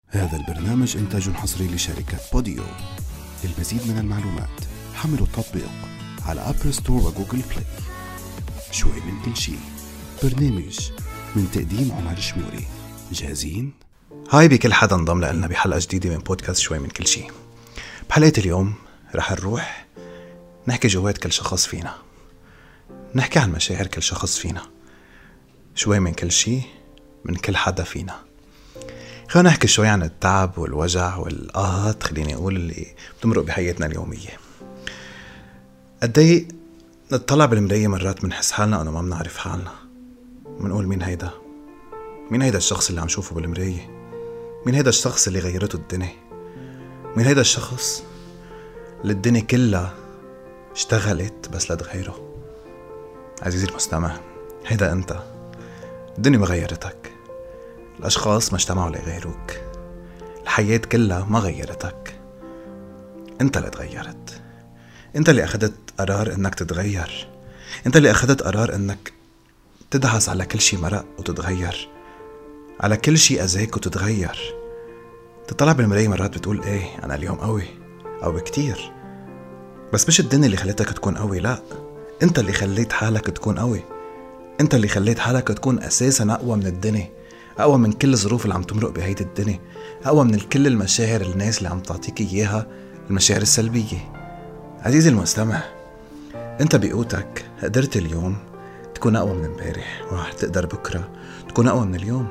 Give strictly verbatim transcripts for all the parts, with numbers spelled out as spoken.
هذا البرنامج إنتاج حصري لشركة بوديو. للمزيد من المعلومات حملوا التطبيق على أبل ستور وجوجل بلاي. شوي من كل شي، برنامج من تقديم عمر شموري. جاهزين؟ هاي بكل حدا انضم لنا بحلقة جديدة من بودكاست شوي من كل شي. بحلقة اليوم رح نروح نحكي جوات كل شخص فينا، نحكي عن مشاعر كل شخص فينا، شوي من كل شي من كل حدا فينا. خلينا نحكي شوي عن التعب والوجع والآهات، خليني أقول اللي بتمرق بحياتنا اليومية. قدي نطلع بالمراية مرات منحس حالنا أنه ما بنعرف حالنا، منقول مين هيدا؟ مين هيدا الشخص اللي عم شوفه بالمراية؟ مين هيدا الشخص اللي غيرته الدنيا؟ مين هيدا الشخص اللي الدنيا كلها اشتغلت بس لتغيره؟ عزيزي المستمع، هيدا أنت. الدنيا ما غيرتك، الأشخاص ما اجتمعوا ليغيروك، الحياة كلها ما غيرتك، أنت اللي تغيرت. أنت اللي أخذت قرار أنك تتغير، أنت اللي أخذت قرار أنك تدعس على كل شي مرق وتتغير، على كل شي أذاك وتتغير. تطلع بالمراية مرات بتقول إيه أنا اليوم قوي أو كتير، بس مش الدنيا اللي خليتك تكون قوي، لا، أنت اللي خليت حالك تكون قوي. أنت اللي خليت حالك تكون أساسا أقوى من الدنيا، أقوى من كل الظروف اللي عم تمرق بهيدي الدنيا، أقوى من كل المشاعر الناس اللي عم تعطيك إياها، المشاعر السلبية. عزيزي المستمع، أنت بقوتك قدرت اليوم تكون أقوى من امبارح، وراح تقدر بكرة تكون أقوى من اليوم.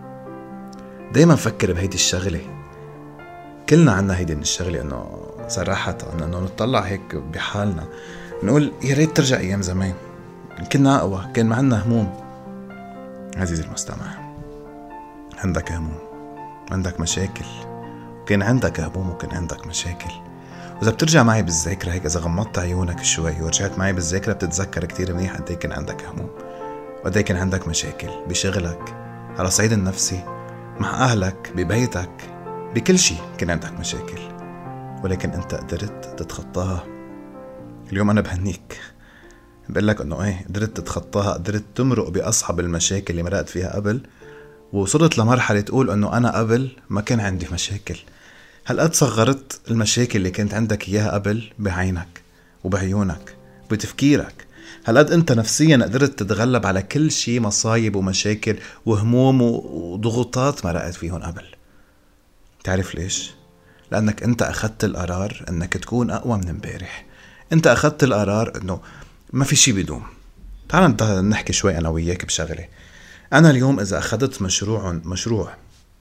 دايما فكر بهيدي الشغلة، كلنا عنا هيدي الشغلة، أنه صراحة أنه نطلع هيك بحالنا نقول يا ريت ترجع أيام زمان، كنا أقوى، كان معنا هموم. عزيزي المستمع، عندك هموم، عندك مشاكل، وكان عندك هموم وكان عندك مشاكل. وإذا بترجع معي بالذاكرة هيك، إذا غمضت عيونك شوي ورجعت معي بالذاكرة، بتتذكر كتير منيح قد ايه كان عندك هموم، وقد ايه كان عندك مشاكل بشغلك، على الصعيد النفسي، مع أهلك، ببيتك، بكل شي كان عندك مشاكل، ولكن أنت قدرت تتخطاها. اليوم أنا بهنيك، بقول لك إنه إيه، قدرت تتخطاها، قدرت تمرق بأصعب المشاكل اللي مرقت فيها قبل، وصلت لمرحلة تقول أنه أنا قبل ما كان عندي مشاكل. هلقد صغرت المشاكل اللي كانت عندك إياها قبل بعينك وبعيونك وبتفكيرك. هلقد أنت نفسيا قدرت تتغلب على كل شيء مصايب ومشاكل وهموم وضغوطات مرقت فيهم قبل. تعرف ليش؟ لأنك أنت أخذت القرار أنك تكون أقوى من امبارح. أنت أخذت القرار أنه ما في شيء بدوم. تعال نحكي شوي أنا وياك بشغلة. أنا اليوم إذا أخذت مشروع مشروع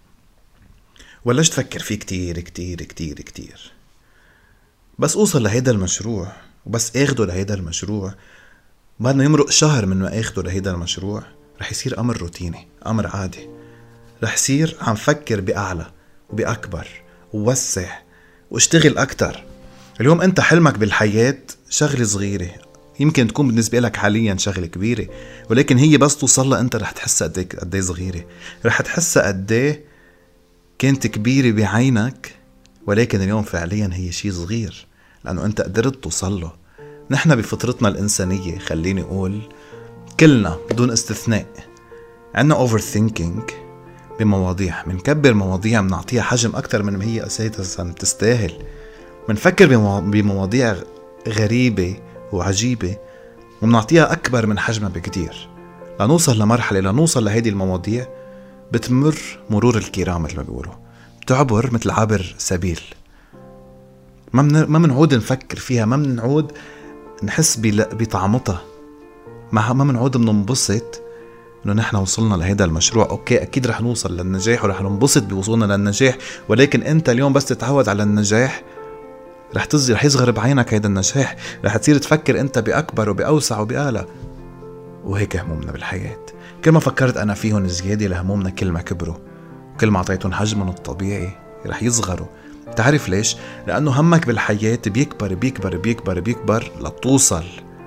ولشت تفكر فيه كتير كتير كتير كتير، بس أوصل لهيدا المشروع وبس أخده لهيدا المشروع، بعد ما يمرق شهر من ما أخده لهيدا المشروع، رح يصير أمر روتيني، أمر عادي. رح يصير عم فكر بأعلى وبأكبر ووسع واشتغل أكتر. اليوم أنت حلمك بالحياة شغلة صغيرة، يمكن تكون بالنسبة لك حاليا شغلة كبيرة، ولكن هي بس توصلها أنت رح تحسها قد ايه صغيرة، رح تحسها قد ايه كانت كبيرة بعينك، ولكن اليوم فعليا هي شيء صغير، لأنه أنت قدرت توصله. نحن بفطرتنا الإنسانية، خليني أقول كلنا بدون استثناء، عنا overthinking بمواضيع، منكبر مواضيع، منعطيها حجم أكتر من ما هي أساسا تستاهل، منفكر بمواضيع غريبة وعجيبة ومنعطيها أكبر من حجمها بكتير. لنوصل لمرحلة، لنوصل لهذه المواضيع بتمر مرور الكرام مثل ما بيقولوا، بتعبر مثل عابر سبيل، ما من ما منعود نفكر فيها، ما منعود نحس بطعمتها، ما ما منعود مننبسط إنه نحن وصلنا لهذا المشروع. أوكي، أكيد رح نوصل للنجاح ورح ننبسط بوصولنا للنجاح، ولكن أنت اليوم بس تتعود على النجاح رح تزي رح يصغر بعينك هيدا النجاح، رح تصير تفكر انت بأكبر وبأوسع وبأعلى. وهيك همومنا بالحياة، كل ما فكرت أنا فيهم زيادة لهمومنا كل ما كبروا، وكل ما أعطيتهم حجمهم الطبيعي رح يصغروا. تعرف ليش؟ لأنه همك بالحياة بيكبر بيكبر بيكبر بيكبر لتوصل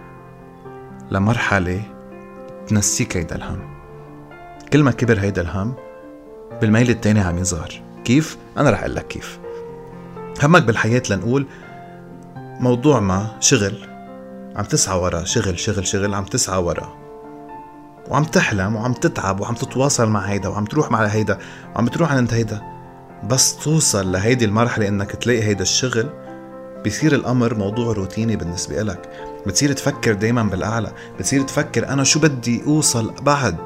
لمرحلة تنسيك هيدا الهم. كل ما كبر هيدا الهم بالميل التاني عم يصغر. كيف؟ أنا رح أقول لك كيف. همك بالحياة، لنقول موضوع ما شغل، عم تسعى ورا شغل شغل شغل، عم تسعى ورا وعم تحلم وعم تتعب وعم تتواصل مع هيدا وعم تروح مع هيدا وعم تروح عند هيدا، بس توصل لهيدي المرحلة انك تلاقي هيدا الشغل، بيصير الامر موضوع روتيني بالنسبة لك. بتصير تفكر دايما بالاعلى، بتصير تفكر انا شو بدي اوصل بعد.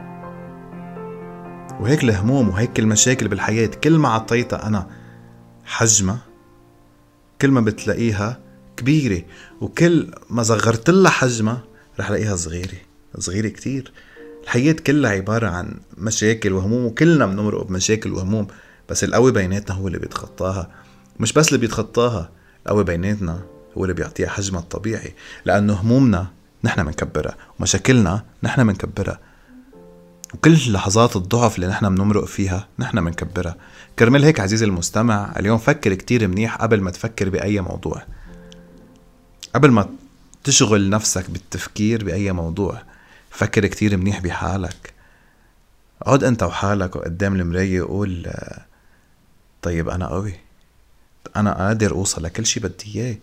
وهيك الهموم وهيك المشاكل بالحياة كل ما عطيتها انا حجمها كل ما بتلاقيها كبيرة، وكل ما صغرت لها حجمها رح لاقيها صغيرة صغيرة كتير. الحياة كلها عبارة عن مشاكل وهموم، وكلنا بنمرق بمشاكل وهموم، بس القوي بيناتنا هو اللي بيتخطاها. مش بس اللي بيتخطاها، القوي بيناتنا هو اللي بيعطيها حجمها الطبيعي، لأنه همومنا نحن منكبرها ومشاكلنا نحن منكبرها، وكل لحظات الضعف اللي نحن بنمرق فيها نحن منكبرها. كرمال هيك عزيزي المستمع، اليوم فكر كتير منيح قبل ما تفكر بأي موضوع، قبل ما تشغل نفسك بالتفكير بأي موضوع. فكر كتير منيح بحالك، اقعد انت وحالك وقدام المراية وقول طيب انا قوي، انا قادر اوصل لكل شي بدي اياه.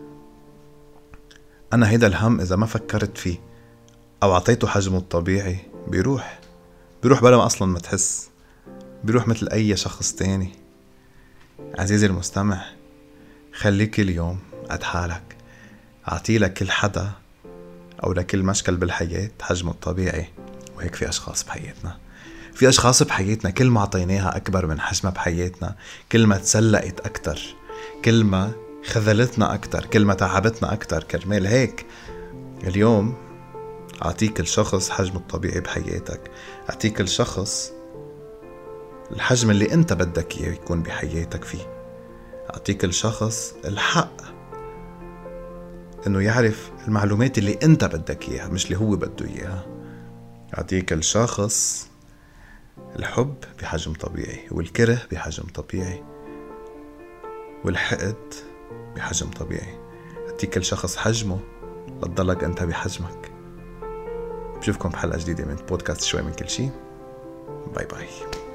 انا هيدا الهم اذا ما فكرت فيه او عطيته حجمه الطبيعي بيروح بيروح بلا ما اصلا ما تحس، بيروح مثل اي شخص تاني. عزيزي المستمع، خليك اليوم قد حالك، اعطي لك كل حدا او لكل مشكل بالحياة حجمه الطبيعي. وهيك في اشخاص بحياتنا، في اشخاص بحياتنا كل ما عطيناها اكبر من حجمها بحياتنا كل ما تسلقت اكتر، كل ما خذلتنا اكتر، كل ما تعبتنا اكتر. كرمال هيك اليوم اعطيك الشخص حجمه الطبيعي بحياتك، اعطيك الشخص الحجم اللي انت بدك اياه يكون بحياتك فيه، اعطيك الشخص الحق انه يعرف المعلومات اللي انت بدك اياها مش اللي هو بده اياها. اعطيك الشخص الحب بحجم طبيعي، والكره بحجم طبيعي، والحقد بحجم طبيعي. اعطيك الشخص حجمه لتضلك انت بحجمك. بشوفكم بحلقة جديدة من بودكاست شوي من كل شي. باي باي.